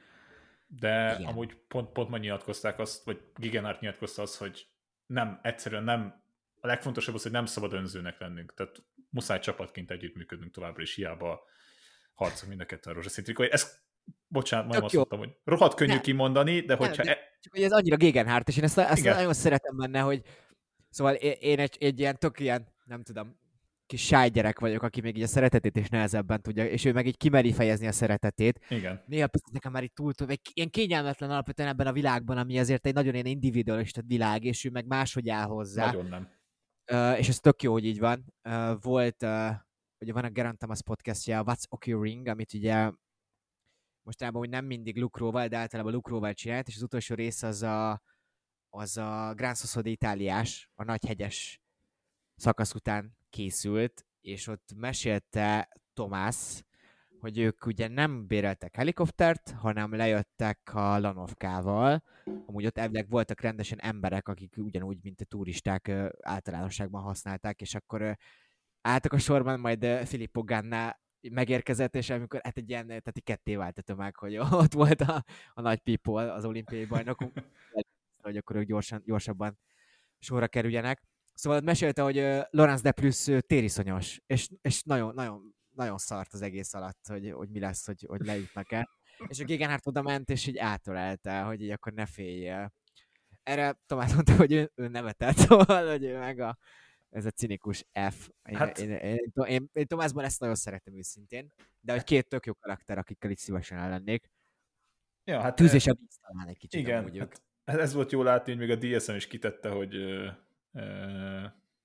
De igen. Amúgy pont, pont majd nyilatkozták azt, vagy Gegenhardt nyilatkozta azt, hogy nem, egyszerűen nem, a legfontosabb az, hogy nem szabad önzőnek lennünk. Tehát muszáj csapatként együttműködnünk továbbra is, hiába harcok mind a kettő a rózsaszín trikóért. Ez, bocsánat, majd azt mondtam, hogy rohadt könnyű ne. kimondani, de hogyha... Ne, de, e... Csak hogy ez annyira Gegenhardt, és én ezt, ezt nagyon szeretem benne, hogy szóval én, én egy, egy ilyen tök ilyen, nem tudom, kis sájgyerek vagyok, aki még így a szeretetét is nehezebben tudja, és ő meg így kimeri fejezni a szeretetét. Igen. Néha picit nekem már így túl, egy ilyen kényelmetlen alapvetően ebben a világban, ami azért egy nagyon ilyen individualista világ, és ő meg máshogy áll hozzá. Nagyon nem. Uh, és ez tök jó, hogy így van. Uh, volt, uh, ugye van a Geraint Thomas podcastja, a What's Occurring, amit ugye mostanában úgy nem mindig Lukróval, de általában Lukróval csinált, és az utolsó rész az a, az a Gran Sasso d'Italiás, a nagyhegyes szakasz után készült, és ott mesélte Tomás, hogy ők ugye nem béreltek helikoptert, hanem lejöttek a Lanovkával. Amúgy ott elvileg voltak rendesen emberek, akik ugyanúgy, mint a turisták általánosságban használták, és akkor álltak a sorban, majd Filippo Ganna megérkezett, és amikor hát egy ilyen, tehát így ketté vált a tömeg, hogy ott volt a, a nagy people, az olimpiai bajnokunk, hogy akkor ők gyorsan, gyorsabban sorra kerüljenek. Szóval mesélte, hogy uh, Laurens de Plus uh, tériszonyos, és, és nagyon, nagyon, nagyon szart az egész alatt, hogy, hogy mi lesz, hogy, hogy lejutnak el. És a Gegenhardt oda ment, és így átölelte, hogy így akkor ne féljél. Erre Tomás mondta, hogy ő, ő nevetett, szóval, hogy ő meg a, ez a cinikus F. Én, hát... én, én, én, én, én Tomásban ezt nagyon szeretem őszintén, de hogy két tök jó karakter, akikkel itt szívesen ellennék. Ja, hát Tűz és a víz talán egy kicsit. Igen, hát ez volt jó látni, hogy még a dé es em is kitette, hogy uh, uh,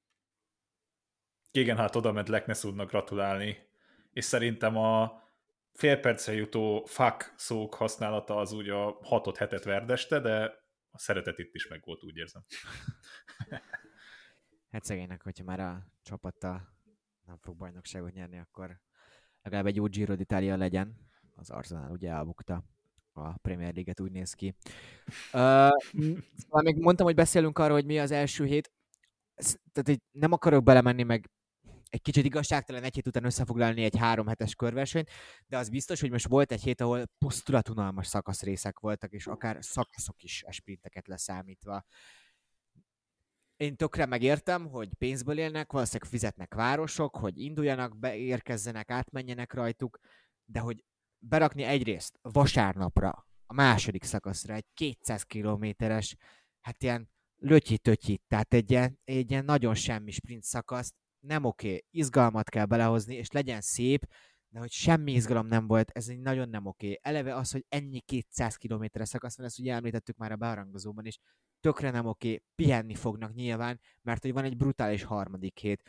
Gegenhardt oda ment Leknessudnak gratulálni, és szerintem a fél percre jutó fuck szók használata az úgy a hatot hetet verdeste, de a szeretet itt is meg volt, úgy érzem. Hát szegénynek, hogyha már a csapattal nem fog bajnokságot nyerni, akkor legalább egy jó Giro d'Italia legyen. Az Arsenal ugye elbukta a Premier League-et, úgy néz ki. Uh, szóval még mondtam, hogy beszélünk arról, hogy mi az első hét. Tehát így nem akarok belemenni, meg egy kicsit igazságtalan egy hét után összefoglalni egy három hetes körversenyt, de az biztos, hogy most volt egy hét, ahol pusztulatunalmas szakaszrészek voltak, és akár szakaszok is a sprinteket leszámítva. Én tökre megértem, hogy pénzből élnek, valószínűleg fizetnek városok, hogy induljanak, beérkezzenek, átmenjenek rajtuk, de hogy berakni egyrészt vasárnapra, a második szakaszra egy kétszáz kilométeres, hát ilyen lötyi-tötyi, tehát egy ilyen, egy ilyen nagyon semmi sprint szakaszt, nem oké, okay. Izgalmat kell belehozni, és legyen szép, de hogy semmi izgalom nem volt, ez egy nagyon nem oké. Okay. Eleve az, hogy ennyi kétszáz kilométeres szakasz van, ezt ugye említettük már a beharangozóban is, tökre nem oké, okay. Pihenni fognak nyilván, mert hogy van egy brutális harmadik hét.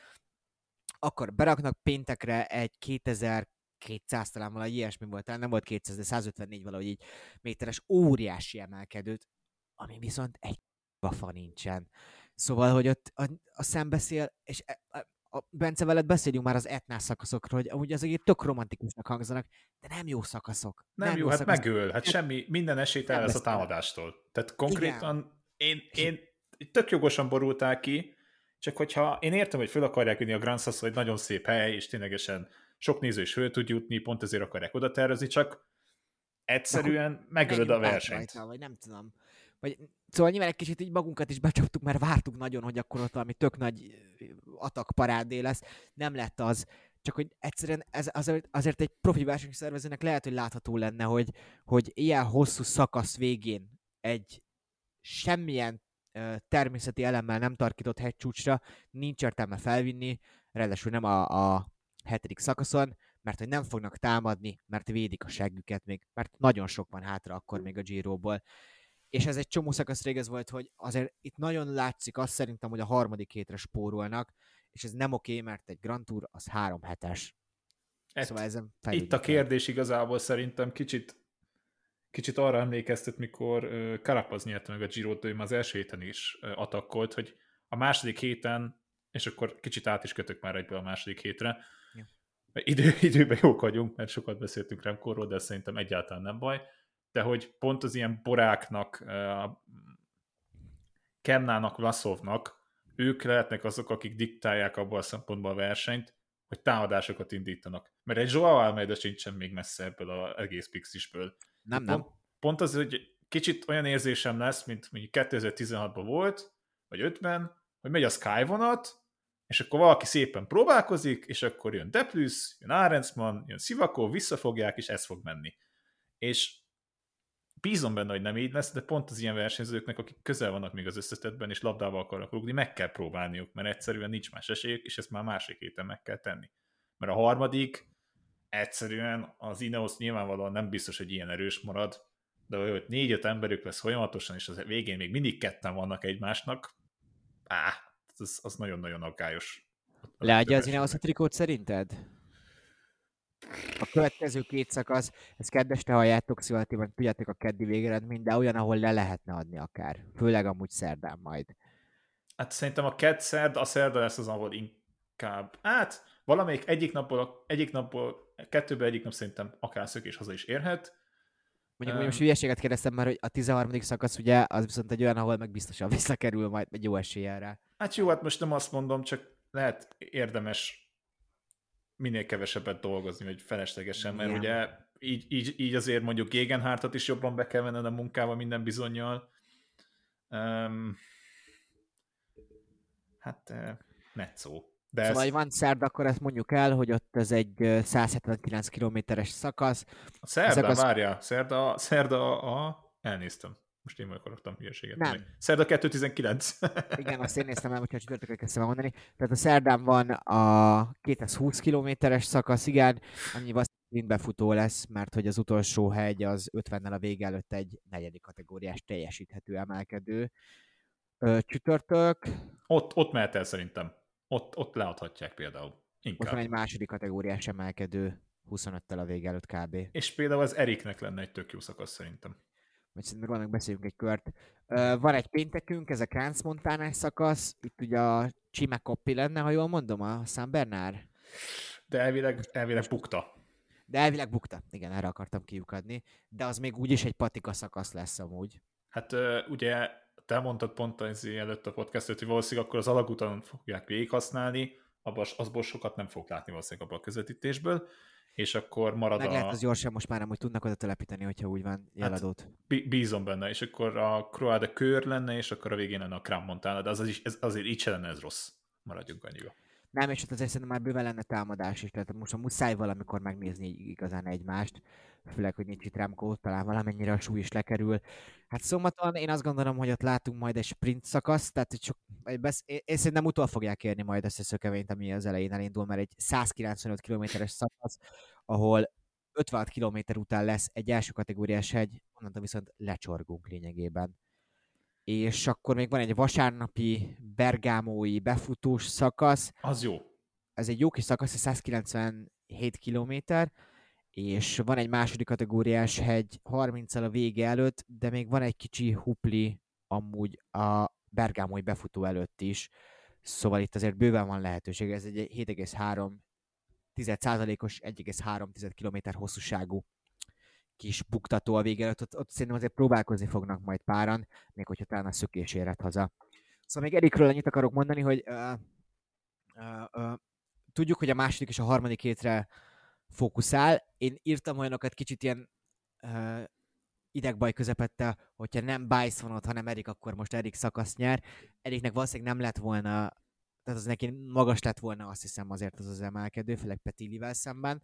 Akkor beraknak péntekre egy kétezer-kétszáz, talán valahogy ilyesmi volt, talán nem volt kétszáz, de százötvennégy valahogy így méteres óriási emelkedőt, ami viszont egy bafa nincsen. Szóval, hogy ott a, a szembeszél, és a, a Bence veled beszéljünk már az Etnás szakaszokról, hogy amúgy azok tök romantikusnak hangzanak, de nem jó szakaszok. Nem, nem jó, jó hát szakaszok. Megöl, hát semmi, minden esélyt el lesz a támadástól. Tehát konkrétan én, én tök jogosan borultál ki, csak hogyha én értem, hogy föl akarják vinni a Grand Sasso, hogy nagyon szép hely, és ténylegesen sok néző is föl tud jutni, pont ezért akarják oda tervezni, csak egyszerűen megölöd a versenyt. Rajta, vagy nem tudom. Vagy, szóval nyilván egy kicsit így magunkat is becsaptuk, mert vártuk nagyon, hogy akkor ott valami tök nagy atak parádé lesz. Nem lett az, csak hogy egyszerűen ez azért, azért egy profi versenyszervezőnek lehet, hogy látható lenne, hogy, hogy ilyen hosszú szakasz végén egy semmilyen uh, természeti elemmel nem tarkított hegycsúcsra nincs értelme felvinni, ráadásul nem a, a hetedik szakaszon, mert hogy nem fognak támadni, mert védik a seggüket még, mert nagyon sok van hátra akkor még a Giroból. És ez egy csomó szakasz régez volt, hogy azért itt nagyon látszik azt szerintem, hogy a harmadik hétre spórolnak, és ez nem oké, mert egy Grand Tour az három hetes. Et, szóval ezen itt a kérdés igazából szerintem kicsit, kicsit arra emlékeztet, mikor uh, Carapaz nyerte meg a Girot, ő már az első héten is uh, atakkolt, hogy a második héten, és akkor kicsit át is kötök már egyből a második hétre, ja. Idő, időben jók vagyunk, mert sokat beszéltünk Remkorról, de szerintem egyáltalán nem baj, de hogy pont az ilyen Boráknak, uh, Kemnának, Vlasovnak, ők lehetnek azok, akik diktálják abban a szempontból a versenyt, hogy támadásokat indítanak. Mert egy Joao Almeida sincsen még messze ebből az egész Pixisből. Nem, nem. Pont, pont az, hogy kicsit olyan érzésem lesz, mint mondjuk kétezer-tizenhatban volt, vagy ötben, hogy megy a Sky vonat, és akkor valaki szépen próbálkozik, és akkor jön Deplus, jön Arendsman, jön Sivakov, visszafogják, és ez fog menni. És bízom benne, hogy nem így lesz, de pont az ilyen versenyzőknek, akik közel vannak még az összetetben, és labdával akarnak rúgni, meg kell próbálniuk, mert egyszerűen nincs más esélyük, és ezt már másik héten meg kell tenni. Mert a harmadik, egyszerűen az Ineos nyilvánvalóan nem biztos, hogy ilyen erős marad, de hogy négy-öt emberük lesz folyamatosan, és az végén még mindig ketten vannak egymásnak, áh, az, az nagyon-nagyon aggályos. Leadja az Ineos a trikót szerinted? A következő két szakasz, ezt keddeste halljátok, szóval tudjátok a keddi végeredmény, de olyan, ahol le lehetne adni akár. Főleg amúgy szerdán majd. Hát szerintem a kedd szerda, a szerda lesz az, ahol inkább, hát valamelyik egyik napból, egyik napból, kettőben egyik nap szerintem akár szökés haza is érhet. Mondjuk, um, most hülyeséget kérdeztem már, hogy a tizenharmadik szakasz ugye, az viszont egy olyan, ahol meg biztosan visszakerül majd egy jó eséllyel rá. Hát jó, hát most nem azt mondom, csak lehet érdemes minél kevesebbet dolgozni, vagy feleslegesen, mert yeah. ugye így, így, így azért mondjuk Gegenhardtot is jobban be kell venned a munkába minden bizonnyal. Um, hát uh, netszó. De szóval, ez... hogy van szerda, akkor ezt mondjuk el, hogy ott ez egy százhetvenkilenc kilométeres szakasz. A szerda, az... várja, szerda, szerda a... elnéztem. Most én akartam hülyeséget. Nem. Szerda kettő tizenkilenc. Igen, azt én néztem el, hogyha csütörtökön kezdtem mondani. Tehát a szerdán van a kétszázhúsz kilométeres szakasz, igen, annyival befutó lesz, mert hogy az utolsó hegy az ötvennel a vége előtt egy negyedik kategóriás teljesíthető emelkedő. Ö, csütörtök. Ott, ott mehet el szerintem. Ott, ott leadhatják például. Inkább. Ott van egy második kategóriás emelkedő huszonöttel a vége előtt kb. És például az Eriknek lenne egy tök jó szakasz szerintem. vagy szerintem annak beszéljünk egy kört. Uh, van egy péntekünk, ez a Crans Montánás szakasz, itt ugye a Csimekoppi lenne, ha jól mondom, a San Bernard. De elvileg, elvileg bukta. De elvileg bukta, igen, erre akartam kiukadni, de az még úgyis egy patika szakasz lesz amúgy. Hát ugye te mondtad pont az előtt a podcastot, hogy valószínűleg akkor az alagúton fogják végighasználni, abban azból sokat nem fog látni valószínűleg abban a közvetítésből, és akkor marad meg a... lehet az gyorsan most már amúgy tudnak oda telepíteni, hogyha úgy van jeladót. Hát, bízom benne, és akkor a Croix de Kör lenne, és akkor a végén lenne a Crans Montana, de az, az is, ez, azért így se lenne ez rossz. Maradjunk annyiba. Nem, és ott azért szerintem már bőven lenne támadás is, tehát most a muszáj valamikor megnézni igazán egymást, főleg, hogy nincs itt Remco, talán valamennyire a súly is lekerül. Hát szombaton én azt gondolom, hogy ott látunk majd egy sprint szakaszt, tehát hogy csak, egy besz... én szerintem utol fogják érni majd ezt a szökevényt, ami az elején elindul, mert egy száz kilencvenöt kilométeres szakasz, ahol ötvenhat kilométer után lesz egy első kategóriás hegy, onnantól viszont lecsorgunk lényegében. És akkor még van egy vasárnapi bergámói befutós szakasz. Az jó. Ez egy jó kis szakasz, száz kilencvenhét kilométer, és van egy második kategóriás hegy harminccal a vége előtt, de még van egy kicsi hupli amúgy a bergámói befutó előtt is. Szóval itt azért bőven van lehetőség. Ez egy hét egész három százalékos, egy egész három kilométer hosszúságú kis buktató a vége előtt, ott, ott szerintem azért próbálkozni fognak majd páran, még hogyha talán a szökés érhet haza. Szóval még Erikről annyit akarok mondani, hogy uh, uh, uh, tudjuk, hogy a második és a harmadik hétre fókuszál. Én írtam olyanokat kicsit ilyen uh, idegbaj közepette, hogyha nem Bice van ott, hanem Erik, akkor most Erik szakasz nyer. Eriknek valószínűleg nem lett volna, tehát az neki magas lett volna, azt hiszem azért az az emelkedő, főleg Petilivel szemben.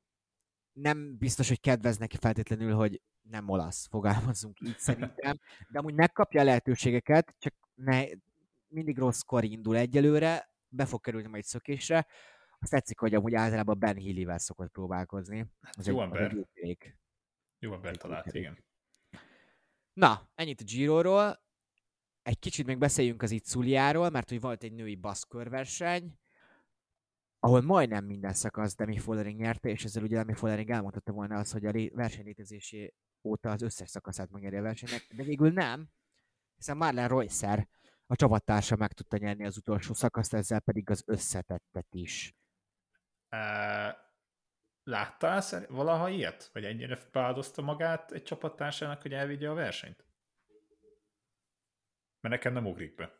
Nem biztos, hogy kedvez neki feltétlenül, hogy nem olasz, fogalmazunk így szerintem, de amúgy megkapja a lehetőségeket, csak ne, mindig rosszkor indul egyelőre, be fog kerülni majd szökésre. Azt tetszik, hogy amúgy általában Ben Healy-vel szokott próbálkozni. Az jó egy, ember. Jó, jó ember talált, igen. Na, ennyit a Giroról. Egy kicsit még beszéljünk az Itzuliáról, mert hogy volt egy női baszkörverseny, ahol majdnem minden szakasz Demi Follering nyerte, és ezzel ugye Demi Follering elmondhatta volna az, hogy a verseny létezésé óta az összes szakaszát megnyeri a versenynek, de végül nem, hiszen Marlen Reusser, a csapattársa meg tudta nyerni az utolsó szakaszt, ezzel pedig az összetettet is. Uh, láttál valaha ilyet? Vagy ennyire beáldozta magát egy csapattársának, hogy elvigye a versenyt? Mert nekem nem ugrik be.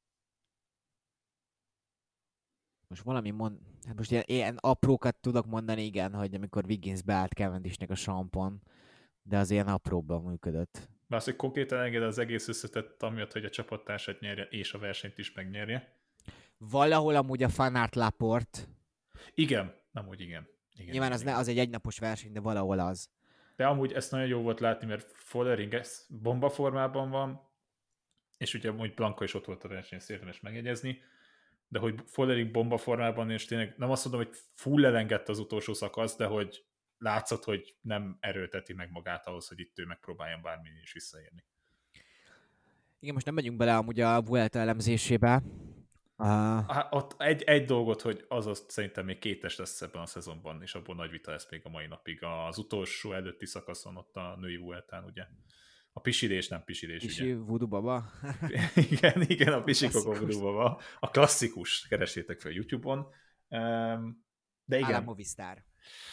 Most valami mond... Hát most ilyen, ilyen aprókat tudok mondani, igen, hogy amikor Wiggins beállt Cavendishnek a sampon, de az ilyen apróbban működött. De az, hogy konkrétan enged az egész összetett amiatt, hogy a csapattársat nyerje, és a versenyt is megnyerje. Valahol amúgy a Van Aert Laporte. Igen, amúgy igen. igen Nyilván igen, az, igen. Ne, az egy egynapos verseny, de valahol az. De amúgy ezt nagyon jó volt látni, mert Follering bombaformában van, és ugye amúgy Blanka is ott volt a verseny, ezt érdemes megjegyezni, de hogy Follering bombaformában, és tényleg nem azt mondom, hogy full elengedte az utolsó szakasz, de hogy látszott, hogy nem erőlteti meg magát ahhoz, hogy itt ő megpróbáljon bármin is visszaérni. Igen, most nem megyünk bele amúgy a Vuelta elemzésébe. Uh... Hát, ott egy, egy dolgot, hogy az azt szerintem még kétes lesz ebben a szezonban, és abból nagy vita lesz még a mai napig. Az utolsó előtti szakaszon ott a női Vueltán, ugye. A pisilés, nem pisilés, Pisi ugye. Voodoo Baba. igen, igen, a Pisikokó Voodoo Baba. A klasszikus, keresétek fel YouTube-on. De igen. Állam Movistar.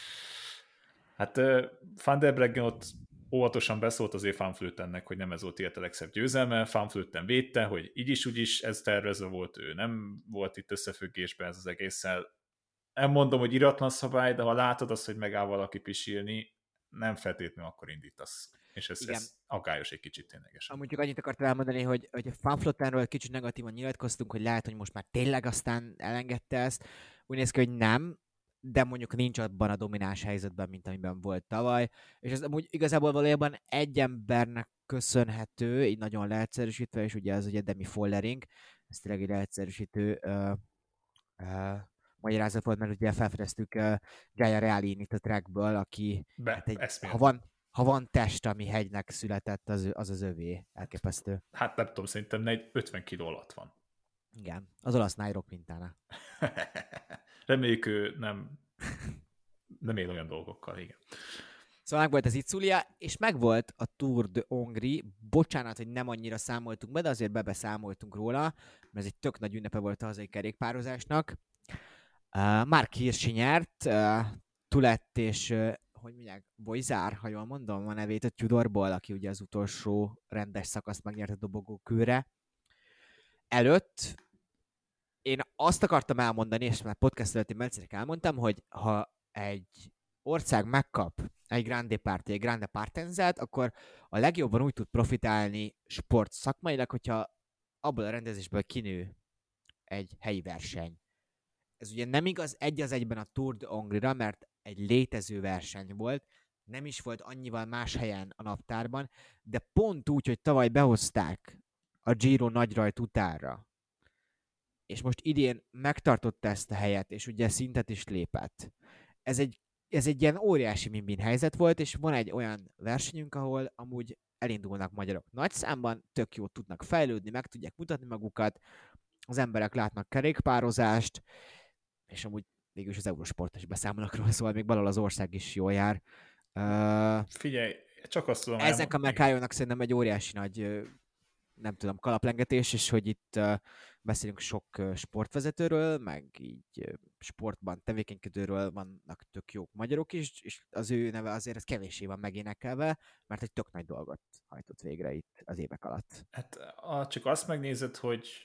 Hát Van der Breggen ott óvatosan beszólt azért Van Vleuten-nek, hogy nem ez volt élete legszebb győzelme. Van Vleuten védte, hogy így is, úgy is ez tervezve volt, ő nem volt itt összefüggésben ez az egésszel. Nem mondom, hogy iratlan szabály, de ha látod azt, hogy megáll valaki pisilni, nem feltétlenül akkor indítasz. És ez, ez aggályos egy kicsit ténylegesen. Amúgy csak annyit akartam elmondani, hogy, hogy a Van Vleutenről kicsit negatívan nyilatkoztunk, hogy lehet, hogy most már tényleg aztán elengedte ezt. Úgy néz ki, hogy nem, de mondjuk nincs abban a domináns helyzetben, mint amiben volt tavaly. És ez amúgy igazából valójában egy embernek köszönhető, így nagyon leegyszerűsítve, és ugye ez ugye Demi Follering, ez tényleg egy leegyszerűsítő uh, uh, magyarázat volt, mert ugye felfedeztük uh, Gaia Realinit a trackből, aki Be, hát egy, ha van Ha van test, ami hegynek született, az az, az övé. Elképesztő. Hát nem tudom, szerintem ötven kiló alatt van. Igen, az olasz Nairok mintána. Reméljük ő nem, nem él olyan dolgokkal, igen. Szóval meg volt az Iculia, és meg volt a Tour de Hongrie. Bocsánat, hogy nem annyira számoltunk be, de azért bebeszámoltunk róla, mert ez egy tök nagy ünnepe volt a hazai kerékpározásnak. Uh, Mark Hirschi nyert, uh, Tulett és uh, hogy mondják, Bojzár, ha jól mondom a nevét a Tudorból, aki ugye az utolsó rendes szakaszt megnyerte a dobogókőre. Előtt én azt akartam elmondani, és már podcast előtt én egyszer elmondtam, hogy ha egy ország megkap egy Grande Parti, egy Grande Partenzát, akkor a legjobban úgy tud profitálni sport szakmailag, hogyha abból a rendezésből kinő egy helyi verseny. Ez ugye nem igaz egy az egyben a Tour de Hongrie-ra, mert egy létező verseny volt, nem is volt annyival más helyen a naptárban, de pont úgy, hogy tavaly behozták a Giro nagyrajt utánra, és most idén megtartotta ezt a helyet, és ugye szintet is lépett. Ez egy, ez egy ilyen óriási min-min helyzet volt, és van egy olyan versenyünk, ahol amúgy elindulnak magyarok nagy számban, tök jót tudnak fejlődni, meg tudják mutatni magukat, az emberek látnak kerékpározást, és amúgy végül is az Eurosport is beszámolnak róla, szóval még valahol az ország is jól jár. Uh, Figyelj, csak azt tudom Ezek a Mercájónak szerintem egy óriási nagy, nem tudom, kalaplengetés, és hogy itt uh, beszélünk sok uh, sportvezetőről, meg így uh, sportban tevékenykedőről vannak tök jók magyarok is, és az ő neve azért ez kevéssé van megénekelve, mert egy tök nagy dolgot hajtott végre itt az évek alatt. Hát csak azt megnézed, hogy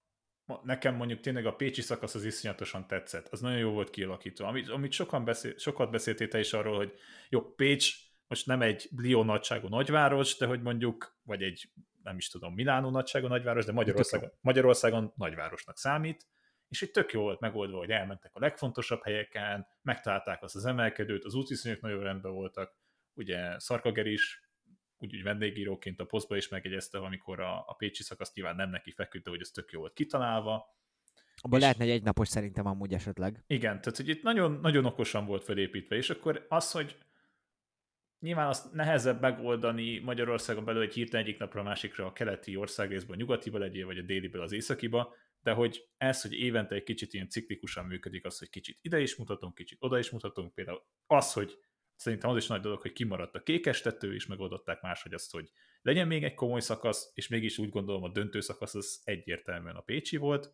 nekem mondjuk tényleg a pécsi szakasz az iszonyatosan tetszett. Az nagyon jó volt kialakítva. Amit, amit sokan beszél, sokat beszéltél te is arról, hogy jó, Pécs most nem egy Lyon nagyságú nagyváros, de hogy mondjuk, vagy egy, nem is tudom, Milánó nagyságú nagyváros, de Magyarországon, Magyarországon nagyvárosnak számít, és itt tök jó volt megoldva, hogy elmentek a legfontosabb helyeken, megtalálták azt az emelkedőt, az útviszonyok nagyon rendben voltak, ugye Szarkager is, úgyhogy vendégíróként a posztba is megjegyezte, amikor a, a pécsi szakasz nyilván nem neki feküdt, de hogy ez tök jó volt kitalálva. Abban lehetne egy egynapos szerintem amúgy esetleg. Igen, tehát hogy itt nagyon, nagyon okosan volt felépítve, és akkor az, hogy nyilván azt nehezebb megoldani Magyarországon belül, hogy hirtelen egyik napra a másikra a keleti országrészből a nyugatiba legyél, vagy a déliből az északiba, de hogy ez, hogy évente egy kicsit ilyen ciklikusan működik, az, hogy kicsit ide is mutatunk, kicsit oda is mutatunk, például az, hogy szerintem az is nagy dolog, hogy kimaradt a kékestető, és megoldották máshogy azt, hogy legyen még egy komoly szakasz, és mégis úgy gondolom a döntő szakasz az egyértelműen a pécsi volt,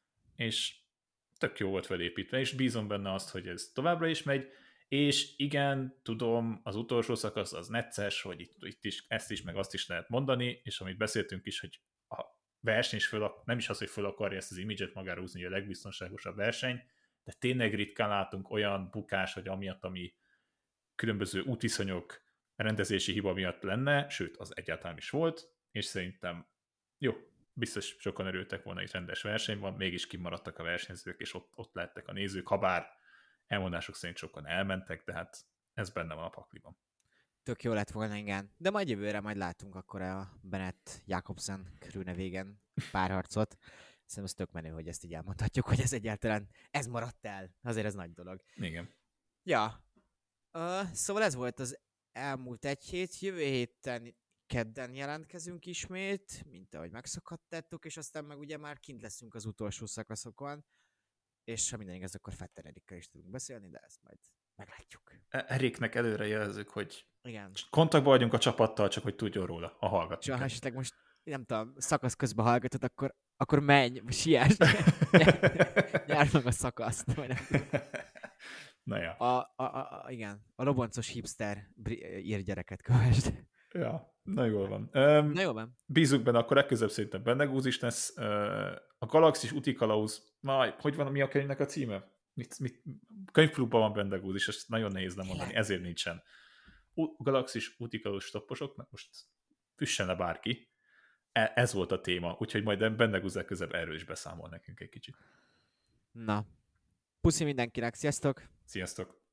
és tök jó volt felépítve, és bízom benne azt, hogy ez továbbra is megy, és igen, tudom, az utolsó szakasz az necces, hogy itt, itt is ezt is, meg azt is lehet mondani, és amit beszéltünk is, hogy a verseny is föl, nem is az, hogy föl akarja ezt az imidzset magára húzni, hogy a legbiztonságosabb verseny, de tényleg ritkán látunk olyan bukás, hogy amiatt, ami különböző útviszonyok rendezési hiba miatt lenne, sőt, az egyáltalán is volt, és szerintem jó, biztos sokan örültek volna, hogy rendes verseny van, mégis kimaradtak a versenyzők, és ott, ott lettek a nézők, ha bár elmondások szerint sokan elmentek, de hát ez benne van a pakliban. Tök jó lett volna, igen. De majd jövőre majd látunk akkor a Bennett Jakobsen Krüne végen párharcot. Szerintem ez tök menő, hogy ezt így elmondhatjuk, hogy ez egyáltalán, ez maradt el. Azért ez nagy dolog. Igen. Ja. Uh, szóval ez volt az elmúlt egy hét. Jövő héten kedden jelentkezünk ismét, mint ahogy megszokhattátok, és aztán meg ugye már kint leszünk az utolsó szakaszokon, és ha minden igaz, akkor Fetter Erikkel is tudunk beszélni, de ezt majd meglátjuk. Eriknek előre jelezzük, hogy igen, kontaktban vagyunk a csapattal, csak hogy tudjon róla, a hallgatók. És ha esetleg most, nem tudom, szakasz közben hallgatod, akkor, akkor menj, siess, nyár meg a szakaszt. Na ja. A, a, a, a, igen, a loboncos hipster ír gyereket kövesd. Ja, na jól van. Um, na jól van. Bízunk benne, akkor legközebb szerintem Bendegúz is lesz. Uh, a Galaxis Utikalauz, na, hogy van, mi a könyvnek a címe? Mit, mit, könyvklubban van Bendegúz is, ezt nagyon nehéz lemondani, ezért nincsen. U- Galaxis Utikalauz stopposok, mert most füssen le bárki. E- ez volt a téma, úgyhogy majd Bendegúz legközebb erről is beszámol nekünk egy kicsit. Na, puszi mindenkinek, sziasztok! Sziasztok!